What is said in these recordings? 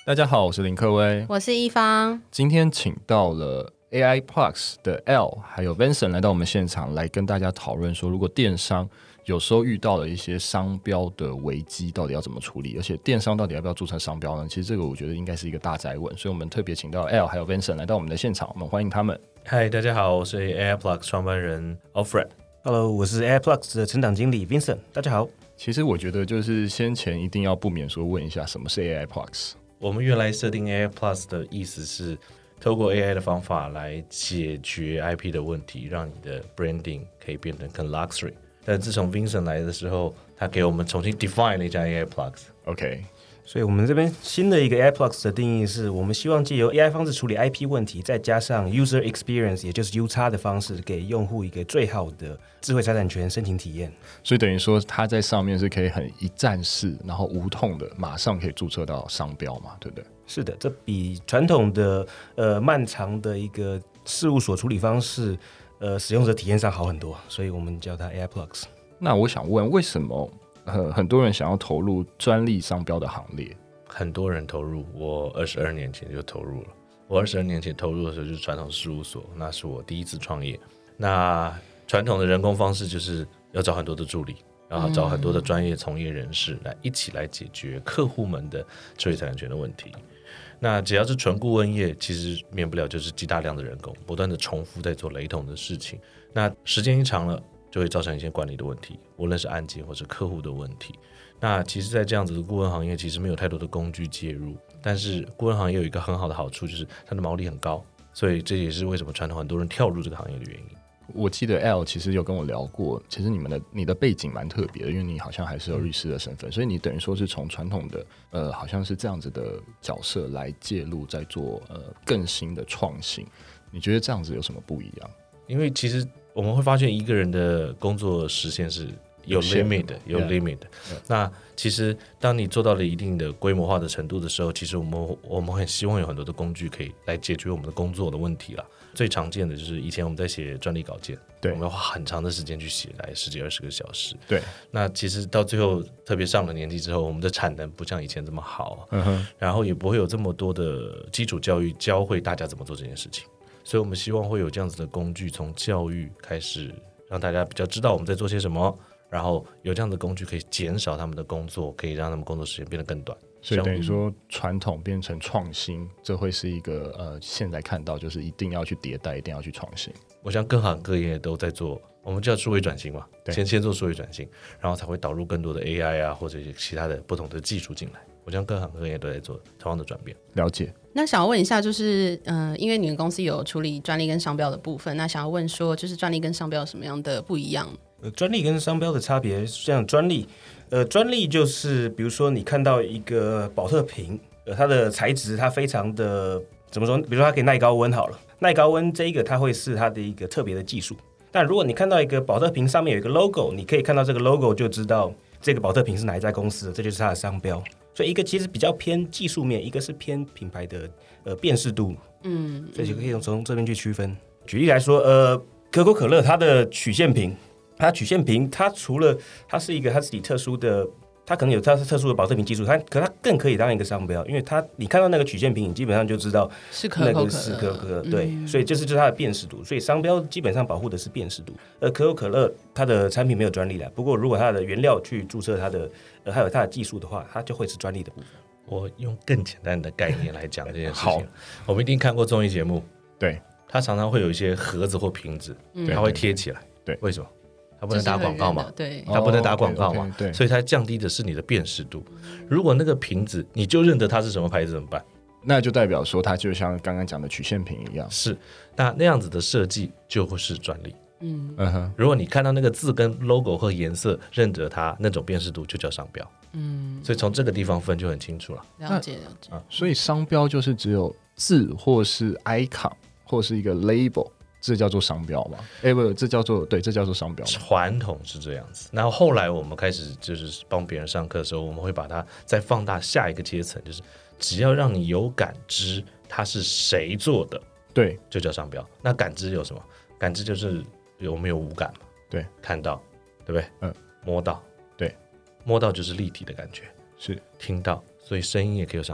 大家好，我是林克威， 我是一方。 今天请到了 AI Plus 的 L 还有 Vincent 来到我们现场，来跟大家讨论说，如果电商有时候遇到了一些商标的危机，到底要怎么处理？而且电商到底要不要注册商标呢？其实这个我觉得应该是一个大哉问，所以我们特别请到 L 还有 Vincent 来到我们的现场，我们欢迎他们。 嗨，大家好，我是 AI Plus 创办人 Alfred。Hello， 我是 AI Plus 的成长经理 Vincent。大家好。 其实我觉得就是先前一定要不免说问一下，什么是 AI Plus？ 我们原来设定 AI Plus 的意思是透过 AI 的方法来解决 IP 的问题，让你的 branding 可以变得更 luxury。但自从 Vincent 来的时候，他给我们重新 define 了一家 AI Plus。OK， 所以我们这边新的一个 AI Plus 的定义是，我们希望借由 AI 方式处理 IP 问题，再加上 User Experience， 也就是 UX 的方式，给用户一个最好的智慧财产权申请体验。 所以等于说，它在上面是可以很一站式，然后无痛的，马上可以注册到商标嘛，对不对？ 是的，这比传统的漫长的一个事务所处理方式，使用者体验上好很多，所以我们叫它 AI Plus。 那我想问，为什么很多人想要投入专利商标的行列？ 很多人投入，我22年前就投入了。我22年前投入的时候就是传统事务所，那是我第一次创业。那传统的人工方式就是要找很多的助理，然后找很多的专业从业人士来一起来解决客户们的智慧财产权的问题。那只要是纯顾问业，其实免不了就是极大量的人工，不断的重复在做雷同的事情。那时间一长了，就会造成一些管理的问题，无论是案件或是客户的问题。那其实在这样子的顾问行业，其实没有太多的工具介入，但是顾问行业有一个很好的好处，就是它的毛利很高，所以这也是为什么传统很多人跳入这个行业的原因。 我记得 L 其实有跟我聊过，其实你的背景蛮特别的，因为你好像还是有律师的身份，所以你等于说是从传统的好像是这样子的角色来介入，在做更新的创新。你觉得这样子有什么不一样？ 因为其实我们会发现一个人的工作时限是有 limit 的，有 limit 的。那其实当你做到了一定的规模化的程度的时候，其实我们很希望有很多的工具可以来解决我们的工作的问题啦。最常见的就是以前我们在写专利稿件，对，我们要花很长的时间去写，来10几20个小时。 对，那其实到最后，特别上了年纪之后，我们的产能不像以前这么好，然后也不会有这么多的基础教育教会大家怎么做这件事情。所以我们希望会有这样子的工具，从教育开始，让大家比较知道我们在做些什么，然后有这样的工具可以减少他们的工作，可以让他们工作时间变得更短。 所以等于说传统变成创新，这会是一个现在看到就是一定要去迭代，一定要去创新。 我想各行各业都在做，我们叫数位转型嘛，先做数位转型，然后才会导入更多的 AI 啊，或者一些其他的不同的技术进来。我想各行各业都在做同样的转变。 了解。 那想要问一下，就是因为你们公司有处理专利跟商标的部分，那想要问说，就是专利跟商标有什么样的不一样？ 专利跟商标的差别是这样，专利就是比如说你看到一个保特瓶，它的材质它非常的怎么说？比如说它可以耐高温好了，耐高温这一个它会是它的一个特别的技术。但如果你看到一个保特瓶上面有一个 logo， 你可以看到这个 logo 就知道这个保特瓶是哪一家公司的，这就是它的商标。所以一个其实比较偏技术面，一个是偏品牌的辨识度，所以就可以从这边去区分。举例来说，可口可乐它的曲线瓶，它除了它是一个它自己特殊的，它可能有它特殊的保特瓶技术，它更可以当一个商标，因为你看到那个曲线瓶，你基本上就知道是可口可乐，对，所以就是它的辨识度，所以商标基本上保护的是辨识度。可口可乐它的产品没有专利的，不过如果它的原料去注册它的还有它的技术的话，它就会是专利的部分。 我用更简单的概念来讲这件事情。好，我们一定看过综艺节目， 对， 它常常会有一些盒子或瓶子，它会贴起来，对，为什么？它不能打广告嘛， 对， 它不能打广告嘛， 对， 所以它降低的是你的辨识度。如果那个瓶子你就认得它是什么牌子怎么办？ 那就代表说它就像刚刚讲的曲线瓶一样， 是那样子的设计就会是专利。如果你看到那个字跟 logo 和颜色认得它，那种辨识度就叫商标。所以从这个地方分就很清楚了。 了解。 所以商标就是只有字或是 icon 或是一个 label， 这叫做商标吗？不，这叫做商标吗？ 传统是这样子。然后后来我们开始就是帮别人上课的时候，我们会把它再放大下一个阶层，就是只要让你有感知它是谁做的，对，就叫商标。那感知有什么？感知就是我们有五感嘛，对，看到，对不对？摸到，对，摸到就是立体的感觉，是听到，所以声音也可以有商标，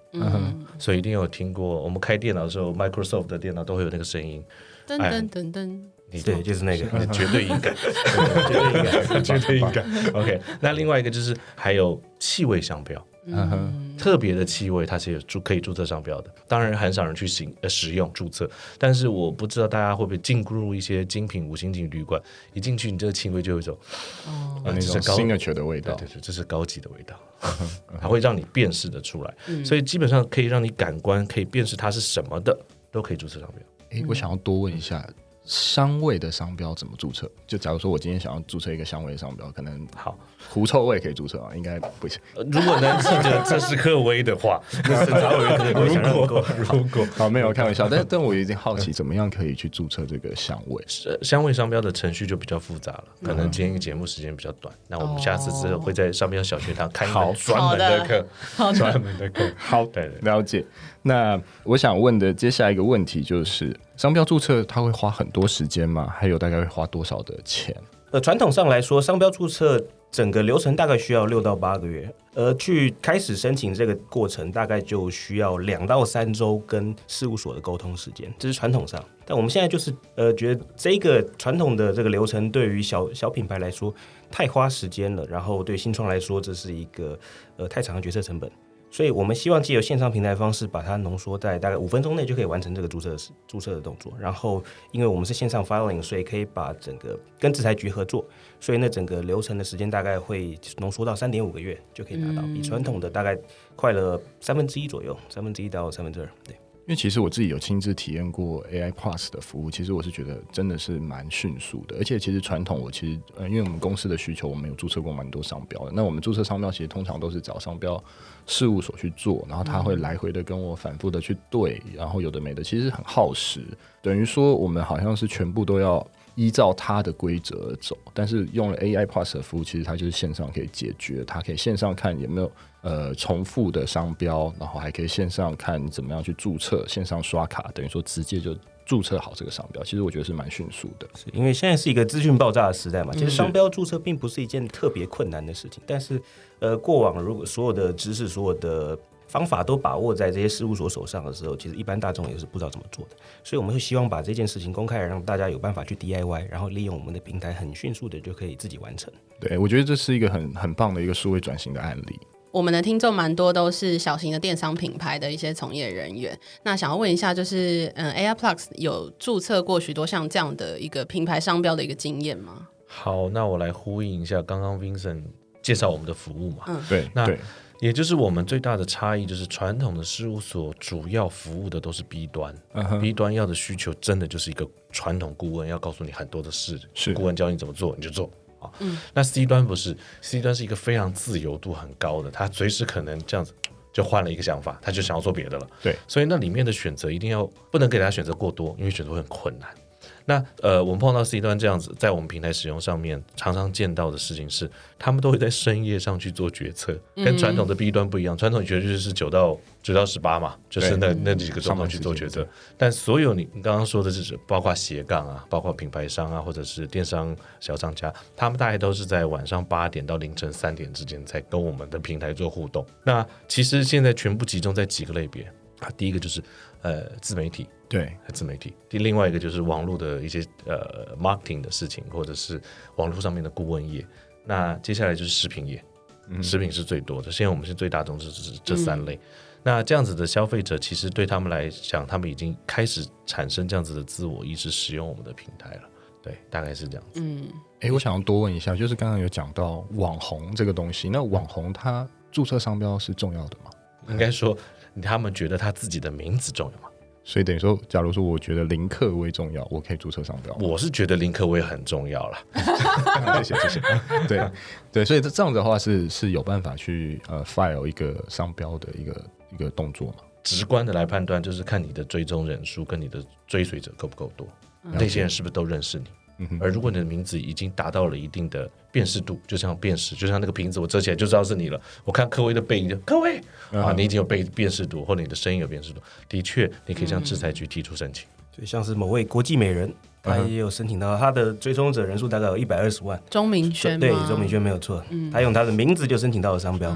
所以一定有听过，我们开电脑的时候 ，Microsoft 的电脑都会有那个声音， 噔噔噔噔， 对，就是那个， 绝对音感，绝对音感。OK， 那另外一个就是还有气味商标。特别的气味它是可以注册商标的，当然很少人去使用注册，但是我不知道大家会不会进入一些精品5星级旅馆，一进去你这个气味就有一种那种 signature 的味道， 对，这是高级的味道，它会让你辨识的出来，所以基本上可以让你感官可以辨识它是什么的，都可以注册商标。 我想要多问一下，香味的商标怎么注册？就假如说我今天想要注册一个香味的商标，可能好狐臭味可以注册吗？应该不行。 如果能记得这是科威的话，那审查委员可能会想让如果好，没有开玩笑，但我有点好奇，怎么样可以去注册这个香味？ 香味商标的程序就比较复杂了，可能今天节目时间比较短，那我们下次之后会在商标小学堂开一门专门的课，专门的课。 好，对，了解。那我想问的接下来一个问题就是，商标注册它会花很多时间吗？还有大概会花多少的钱？ 传统上来说，商标注册整个流程大概需要6到8个月，去开始申请这个过程大概就需要2到3周跟事务所的沟通时间，这是传统上。但我们现在就是觉得这个传统的这个流程对于小品牌来说太花时间了，然后对新创来说这是一个太长的决策成本。所以我们希望藉由线上平台方式把它浓缩在大概5分钟内就可以完成这个注册的动作。然后因为我们是线上 filing， 所以可以把整个跟制裁局合作，所以那整个流程的时间大概会浓缩到3.5个月就可以拿到，比传统的大概快了1/3左右，1/3到2/3。对。 因为其实我自己有亲自体验过 AI Plus 的服务，其实我是觉得真的是蛮迅速的，而且其实传统我其实因为我们公司的需求，我们有注册过蛮多商标的。那我们注册商标其实通常都是找商标事务所去做，然后他会来回的跟我反复的去对，然后有的没的，其实很耗时。等于说我们好像是全部都要依照它的规则而走，但是用了 AI Plus 的服务，其实它就是线上可以解决，它可以线上看有没有重复的商标，然后还可以线上看你怎么样去注册，线上刷卡，等于说直接就注册好这个商标。其实我觉得是蛮迅速的， 因为现在是一个资讯爆炸的时代嘛，其实商标注册并不是一件特别困难的事情，但是过往如果所有的知识、所有的方法都把握在这些事务所手上的时候，其实一般大众也是不知道怎么做的，所以我们会希望把这件事情公开，让大家有办法去 DIY， 然后利用我们的平台很迅速的就可以自己完成。 对，我觉得这是一个很棒的一个数位转型的案例。 我们的听众蛮多都是小型的电商品牌的一些从业人员，那想要问一下，就是AI Plus 有注册过许多像这样的一个品牌商标的一个经验吗？ 好，那我来呼应一下刚刚 Vincent 介绍我们的服务嘛。 对， 那也就是我们最大的差异，就是传统的事务所主要服务的都是 B 端，B 端要的需求真的就是一个传统顾问要告诉你很多的事，是顾问教你怎么做你就做。那 C 端不是 ，C 端是一个非常自由度很高的，他随时可能这样子就换了一个想法，他就想要做别的了。 对， 所以那里面的选择一定不能给大家选择过多，因为选择会很困难。那我们碰到 C 端这样子，在我们平台使用上面，常常见到的事情是，他们都会在深夜上去做决策，跟传统的 B 端不一样。传统绝对是9到18嘛，就是那几个钟头去做决策。但所有你刚刚说的是，包括斜杠啊，包括品牌商啊，或者是电商小商家，他们大概都是在晚上8点到凌晨3点之间在跟我们的平台做互动。那其实现在全部集中在几个类别。第一个就是自媒体， 对， 自媒体。另外一个就是网络的一些marketing 的事情，或者是网络上面的顾问业。那接下来就是食品业，食品是最多的。现在我们是最大宗是这3类。那这样子的消费者，其实对他们来讲，他们已经开始产生这样子的自我意识，使用我们的平台了。对，大概是这样子。 我想要多问一下，就是刚刚有讲到网红这个东西，那网红他注册商标是重要的吗？ 应该说他们觉得他自己的名字重要吗？ 所以等于说，假如说我觉得林克威重要，我可以注册商标。 我是觉得林克威很重要啦。 谢谢。对，所以这样的话是有办法去file 一个商标的一个动作嘛？ 直观的来判断，就是看你的追踪人数跟你的追随者够不够多，那些人是不是都认识你。而如果你的名字已经达到了一定的辨识度，就像那个瓶子，我遮起来就知道是你了。我看科威的背影就科威你已经有辨识度，或者你的声音有辨识度，的确你可以向制裁局提出申请。 所以像是某位国际美人，他也有申请到，他的追踪者人数大概有120万。 钟明轩吗？ 对，钟明轩没有错，他用他的名字就申请到了商标。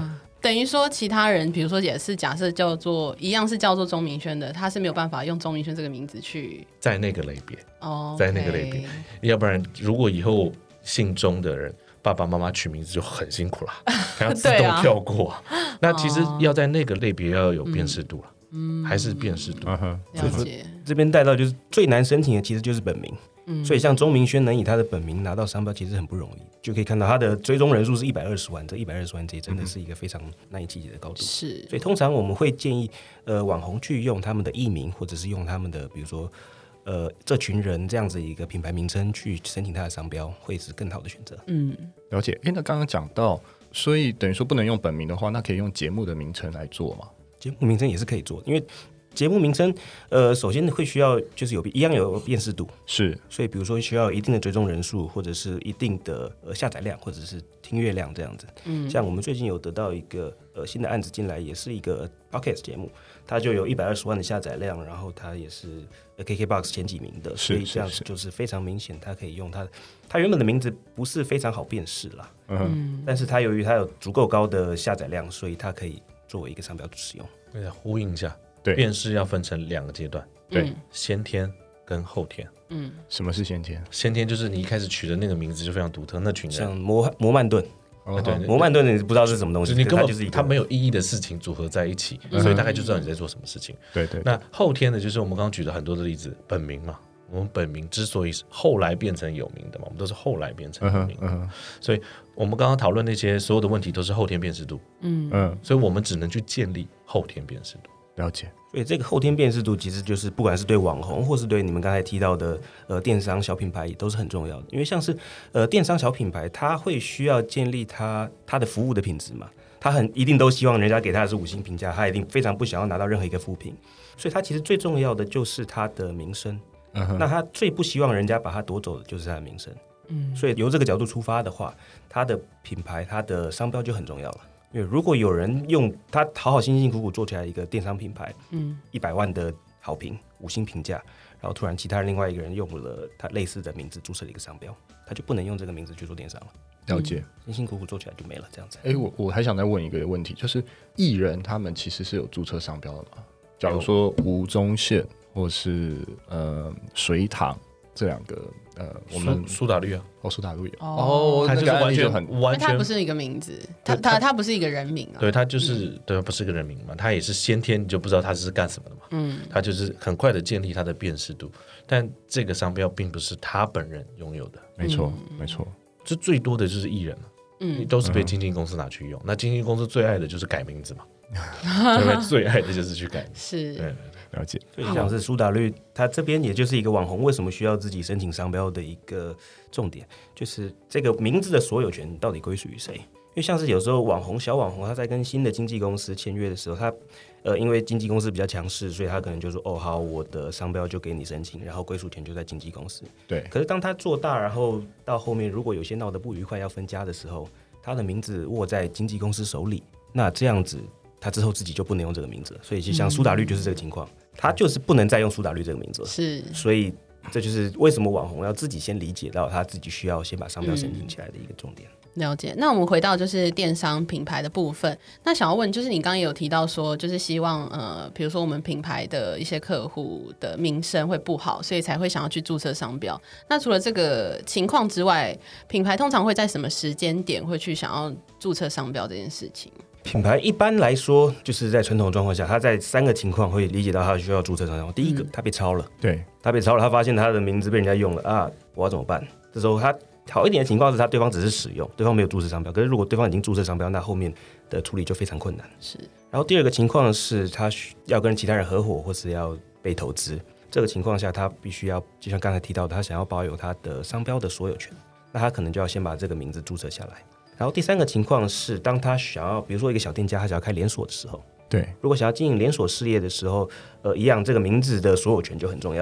等于说其他人，比如说也是假设叫做一样是叫做钟明轩的，他是没有办法用钟明轩这个名字去在那个类别， 哦， 在那个类别，要不然如果以后姓钟的人爸爸妈妈取名字就很辛苦了，还要自动跳过那其实要在那个类别要有辨识度了，还是辨识度。 了解。 这边带到就是最难申请的其实就是本名。所以像钟明轩能以他的本名拿到商标，其实很不容易。就可以看到他的追踪人数是120万，这120万这真的是一个非常难以企及的高度。 是， 所以通常我们会建议网红去用他们的艺名，或者是用他们的比如说这群人这样子一个品牌名称去申请他的商标，会是更好的选择。 了解。那刚刚讲到，所以等于说不能用本名的话，那可以用节目的名称来做吗？ 节目名称也是可以做，因为节目名称，首先会需要就是一样有辨识度， 是， 所以比如说需要有一定的追踪人数，或者是一定的下载量，或者是听阅量这样子。像我们最近有得到一个新的案子进来，也是一个 podcast 节目，它就有120万的下载量，然后它也是KKBOX 前几名的，所以这样子就是非常明显，它可以用它原本的名字不是非常好辨识啦，但是它由于它有足够高的下载量，所以它可以作为一个商标使用。 呼应一下。 对， 辨识要分成2个阶段， 对， 先天跟后天。 什么是先天？ 先天就是你一开始取的那个名字就非常独特，那群人像摩曼顿， 对， 摩曼顿你不知道是什么东西， 你根本就是它没有意义的事情组合在一起，所以大概就知道你在做什么事情。 对。 那后天的就是我们刚刚举了很多的例子，本名嘛，我们本名之所以后来变成有名的嘛，我们都是后来变成有名的，所以我们刚刚讨论那些所有的问题都是后天辨识度，所以我们只能去建立后天辨识度。 了解。 所以这个后天辨识度其实就是不管是对网红，或是对你们刚才提到的电商小品牌，也都是很重要的。因为像是电商小品牌，它会需要建立它的服务的品质嘛，他一定都希望人家给他的是5星评价，他一定非常不想要拿到任何一个负评，所以他其实最重要的就是他的名声。那他最不希望人家把他夺走的就是他的名声。所以由这个角度出发的话，他的品牌、他的商标就很重要了。因为如果有人用他好辛辛苦苦做起来一个电商品牌，100万的好评、5星评价，然后突然其他另外一个人用了他类似的名字注册了一个商标，他就不能用这个名字去做电商了。 了解， 辛辛苦苦做起来就没了，这样子。 我还想再问一个问题，就是艺人他们其实是有注册商标的吗？假如说吴宗宪或是水塘这2个我们苏打绿啊， 苏打绿他就是完全因为他不是一个名字，他不是一个人名啊。 对，他就是对，不是个人名嘛，他也是先天你就不知道他是干什么的嘛。他就是很快的建立他的辨识度，但这个商标并不是他本人拥有的。 没错，没错， 这最多的就是艺人了，都是被经纪公司拿去用。那经纪公司最爱的就是改名字嘛，对不对？最爱的就是去改名。 是， 对。 了解。 所以像是苏打绿，他这边也就是一个网红为什么需要自己申请商标的一个重点，就是这个名字的所有权到底归属于谁？因为像是有时候小网红他在跟新的经纪公司签约的时候，他因为经纪公司比较强势，所以他可能就说好，我的商标就给你申请，然后归属权就在经纪公司。 对。 可是当他做大，然后到后面如果有些闹得不愉快要分家的时候，他的名字握在经纪公司手里，那这样子他之后自己就不能用这个名字了。所以就像苏打绿就是这个情况，他就是不能再用苏打绿这个名字了。 是， 所以这就是为什么网红要自己先理解到他自己需要先把商标申请起来的一个重点。 了解。那我们回到就是电商品牌的部分，那想要问就是你刚刚也有提到说，就是希望比如说我们品牌的一些客户的名声会不好，所以才会想要去注册商标。那除了这个情况之外，品牌通常会在什么时间点会去想要注册商标这件事情？ 品牌一般来说就是在传统状况下，他在3个情况会理解到他需要注册商标。第一个，他被抄了， 对， 他被抄了，他发现他的名字被人家用了啊，我要怎么办？这时候他好一点的情况是对方只是使用，对方没有注册商标。可是如果对方已经注册商标，那后面的处理就非常困难。 是。 然后第二个情况是他要跟其他人合伙，或是要被投资。这个情况下，他必须要就像刚才提到的，他想要保有他的商标的所有权，那他可能就要先把这个名字注册下来。然后第3个情况是，当他想要，比如说一个小店家，他想要开连锁的时候， 对， 如果想要经营连锁事业的时候，一样这个名字的所有权就很重要了。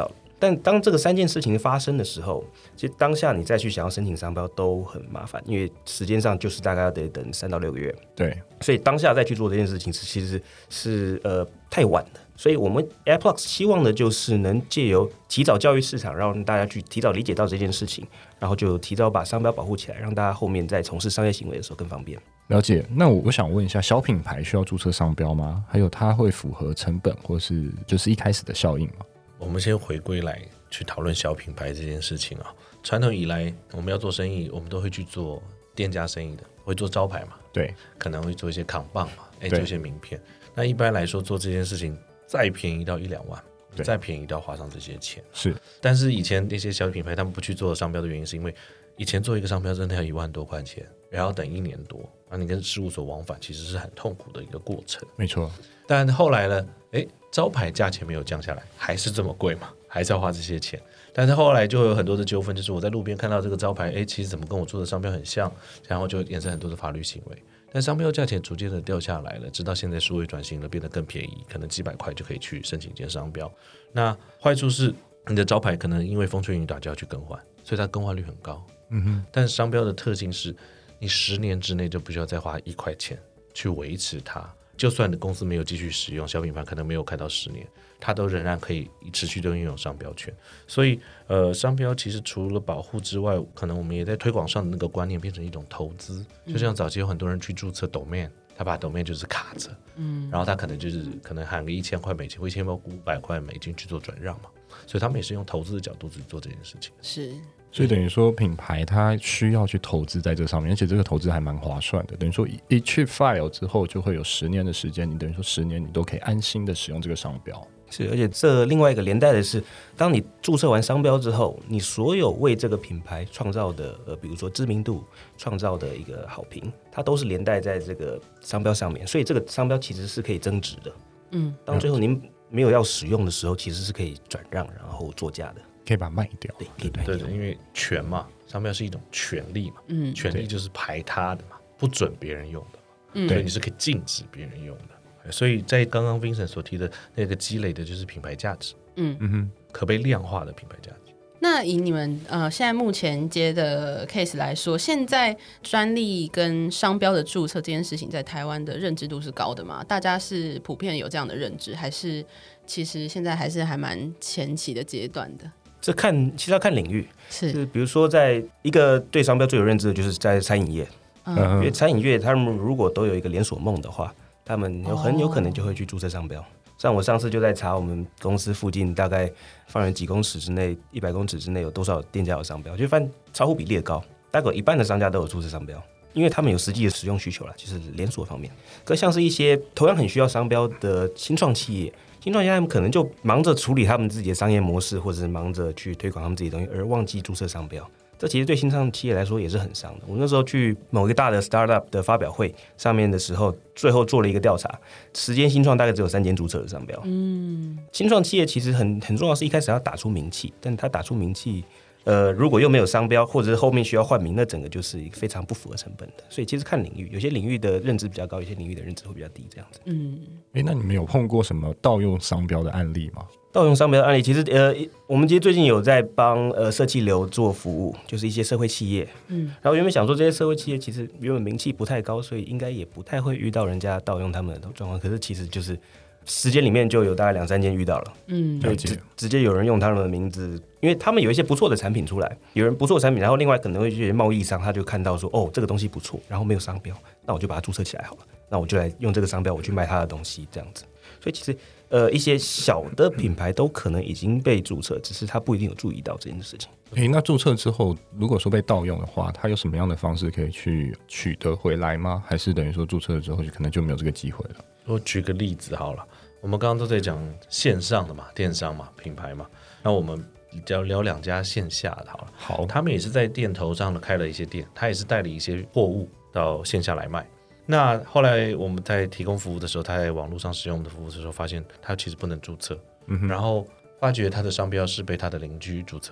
但当这个3件事情发生的时候，其实当下你再去想要申请商标都很麻烦，因为时间上就是大概得等3到6个月。 对， 所以当下再去做这件事情其实是太晚了。所以我们 AirPlus 希望的就是能借由提早教育市场，让大家去提早理解到这件事情，然后就提早把商标保护起来，让大家后面在从事商业行为的时候更方便。 了解。那我想问一下，小品牌需要注册商标吗？还有它会符合成本或是就是一开始的效应吗？ 我们先回归来去讨论小品牌这件事情啊。传统以来，我们要做生意，我们都会去做店家生意的，会做招牌嘛， 对， 可能会做一些扛棒嘛，做一些名片。那一般来说做这件事情，再便宜到1-2万，再便宜到花上这些钱。 是， 但是以前那些小品牌他们不去做商标的原因，是因为以前做一个商标真的要1万多块钱，然后等1年多，那你跟事务所往返其实是很痛苦的一个过程。 没错。 但后来呢，招牌价钱没有降下来，还是这么贵嘛，还是要花这些钱。但是后来就有很多的纠纷，就是我在路边看到这个招牌，其实怎么跟我做的商标很像，然后就衍生很多的法律行为。但商标价钱逐渐的掉下来了，直到现在数位转型了，变得更便宜，可能几百块就可以去申请一件商标。那坏处是你的招牌可能因为风吹雨打就要去更换，所以它更换率很高。但商标的特性是你10年之内就不需要再花1块钱去维持它，就算你公司没有继续使用，小品牌可能没有开到10年，它都仍然可以持续的拥有商标权。所以商标其实除了保护之外，可能我们也在推广上的那个观念变成一种投资。就像早期有很多人去注册 domain， 他把 domain 就是卡着，然后他可能喊个1000块美金或1500块美金去做转让嘛，所以他们也是用投资的角度去做这件事情。 是。 所以等于说品牌它需要去投资在这上面，而且这个投资还蛮划算的。等于说一去 file 之后就会有10年的时间，你等于说10年你都可以安心的使用这个商标。 是，而且这另外一个连带的是，当你注册完商标之后，你所有为这个品牌创造的比如说知名度，创造的一个好评，它都是连带在这个商标上面，所以这个商标其实是可以增值的。当最后您没有要使用的时候，其实是可以转让然后作价的。 可以把它卖掉， 对，可以卖掉。 对，因为权嘛，商标是一种权利嘛，权利就是排他的嘛，不准别人用的嘛，所以你是可以禁止别人用的。所以在刚刚 Vincent 所提的那个积累的就是品牌价值，可被量化的品牌价值。 那以你们现在目前接的 case 来说，现在专利跟商标的注册这件事情在台湾的认知度是高的吗？大家是普遍有这样的认知，还是其实现在还蛮前期的阶段的？ 这其实要看领域， 是比如说在一个对商标最有认知的就是在餐饮业，因为餐饮业他们如果都有一个连锁梦的话，他们很有可能就会去注册商标。像我上次就在查我们公司附近大概方圆几公尺之内100公尺之内有多少店家有商标，就发现超乎比例的高，大概有一半的商家都有注册商标，因为他们有实际的使用需求啦，就是连锁方面。可像是一些同样很需要商标的新创企业，他们可能就忙着处理他们自己的商业模式，或者是忙着去推广他们自己的东西，而忘记注册商标。这其实对新创企业来说也是很伤的。我那时候去某一个大的 startup 的发表会上面的时候，最后做了一个调查，10间新创大概只有3间注册的商标。新创企业其实很重要，是一开始要打出名气，但他打出名气如果又没有商标，或者是后面需要换名，那整个就是一个非常不符合成本的。所以其实看领域，有些领域的认知比较高，有些领域的认知会比较低，这样子。 那你们有碰过什么盗用商标的案例吗？ 盗用商标的案例，其实我们其实最近有在帮社企流做服务，就是一些社会企业。然后原本想说这些社会企业其实原本名气不太高，所以应该也不太会遇到人家盗用他们的状况。可是其实就是时间里面就有大概2-3间遇到了，就直接有人用他们的名字，因为他们有一些不错的产品出来，有人不错的产品，然后另外可能会去贸易商，他就看到说这个东西不错，然后没有商标，那我就把它注册起来好了，那我就来用这个商标我去卖他的东西这样子。所以其实一些小的品牌都可能已经被注册，只是他不一定有注意到这件事情。 那注册之后如果说被盗用的话，他有什么样的方式可以去取得回来吗？还是等于说注册了之后可能就没有这个机会了？ 我举个例子好了，我们刚刚都在讲线上的嘛，电商嘛，品牌嘛，那我们聊2家线下的好了。 好， 他们也是在店头上开了一些店，他也是带了一些货物到线下来卖。那后来我们在提供服务的时候，他在网络上使用我们的服务的时候，发现他其实不能注册，然后发觉他的商标是被他的邻居注册了，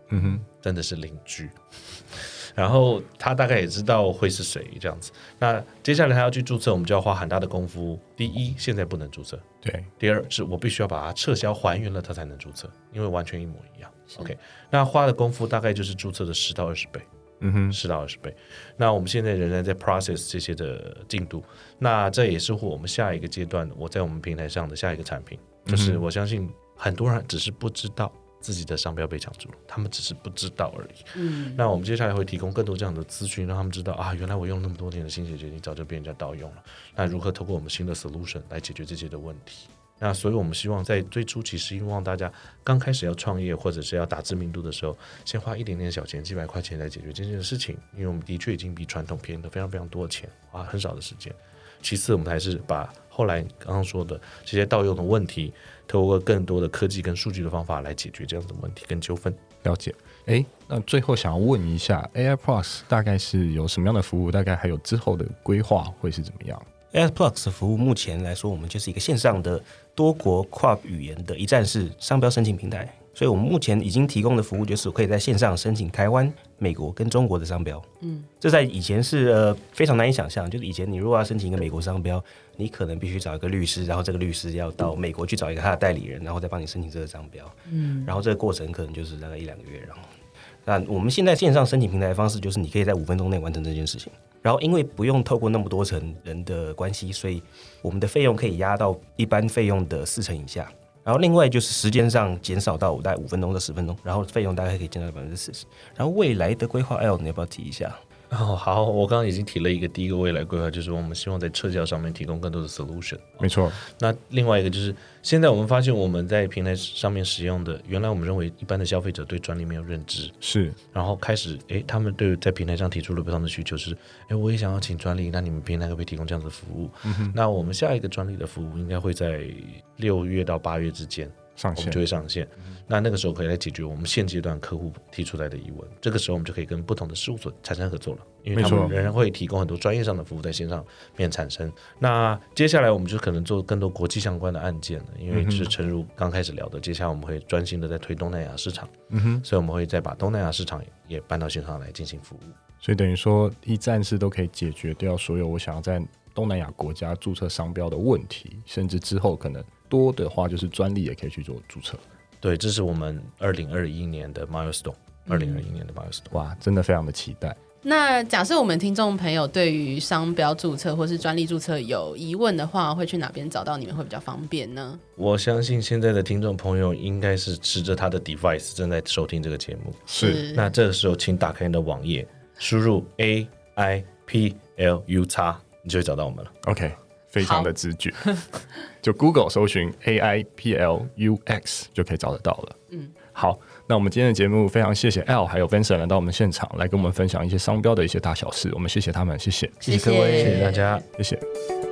真的是邻居。然后他大概也知道会是谁这样子。那接下来他要去注册，我们就要花很大的功夫。第一，现在不能注册； 对， 第二是我必须要把它撤销还原了，他才能注册，因为完全一模一样。OK， 那花的功夫大概就是注册的10到20倍。10到20倍。那我们现在仍然在 process 这些的进度，那这也是我们下一个阶段，我在我们平台上的下一个产品，就是我相信很多人只是不知道自己的商标被抢注了，他们只是不知道而已。那我们接下来会提供更多这样的资讯，让他们知道啊，原来我用那么多年的心血结晶早就被人家盗用了。那如何透过我们新的 solution 来解决这些的问题？那所以我们希望在最初期是希望大家刚开始要创业或者是要打知名度的时候，先花一点点小钱，几百块钱来解决这件事情，因为我们的确已经比传统便宜了非常非常多的钱，花很少的时间。其次，我们还是把后来刚刚说的这些盗用的问题，透过更多的科技跟数据的方法来解决这样的问题跟纠纷。 了解。那最后想要问一下 AI Plus 大概是有什么样的服务，大概还有之后的规划会是怎么样？ AI Plus 的服务目前来说，我们就是一个线上的多国跨语言的一站式商标申请平台。所以我们目前已经提供的服务就是可以在线上申请台湾、美国跟中国的商标。这在以前是非常难以想象，就是以前你如果要申请一个美国商标，你可能必须找一个律师，然后这个律师要到美国去找一个他的代理人，然后再帮你申请这个商标。然后这个过程可能就是大概1-2个月。然后，那我们现在线上申请平台的方式就是你可以在5分钟内完成这件事情。然后因为不用透过那么多层人的关系，所以我们的费用可以压到一般费用的4成以下。然后另外就是时间上减少到大概5分钟到10分钟，然后费用大概可以减到40%。然后未来的规划 L 你要不要提一下？ 好，我刚刚已经提了一个第一个未来规划，就是我们希望在撤销上面提供更多的 solution。 没错。 那另外一个就是现在我们发现我们在平台上面使用的，原来我们认为一般的消费者对专利没有认知， 是， 然后开始他们对在平台上提出了不同的需求是，我也想要请专利，那你们平台可不可以提供这样的服务？那我们下一个专利的服务应该会在6月到8月之间上线， 我们就会上线。那个时候可以来解决我们现阶段客户提出来的疑问，这个时候我们就可以跟不同的事务所产生合作了，因为他们仍然会提供很多专业上的服务在线上面产生。那接下来我们就可能做更多国际相关的案件了，因为是诚如刚开始聊的，接下来我们会专心的在推东南亚市场，所以我们会再把东南亚市场也搬到线上来进行服务。 所以等于说一站式都可以解决掉所有我想要在东南亚国家注册商标的问题，甚至之后可能多的话就是专利也可以去做注册。 对，这是我们2021年的 milestone。哇， 真的非常的期待。 那假设我们听众朋友对于商标注册或是专利注册有疑问的话，会去哪边找到你们会比较方便呢？ 我相信现在的听众朋友应该是持着他的 device 正在收听这个节目。 是。 那这个时候请打开你的网页，输入 AIPLU， 你就会找到我们了。 OK， 非常的直觉。就 Google 搜寻 AIPLUX 就可以找得到了。好，那我们今天的节目非常谢谢 L 还有 Vincent 来到我们现场，来跟我们分享一些商标的一些大小事。我们谢谢他们，谢谢各位，谢谢大家， 谢谢。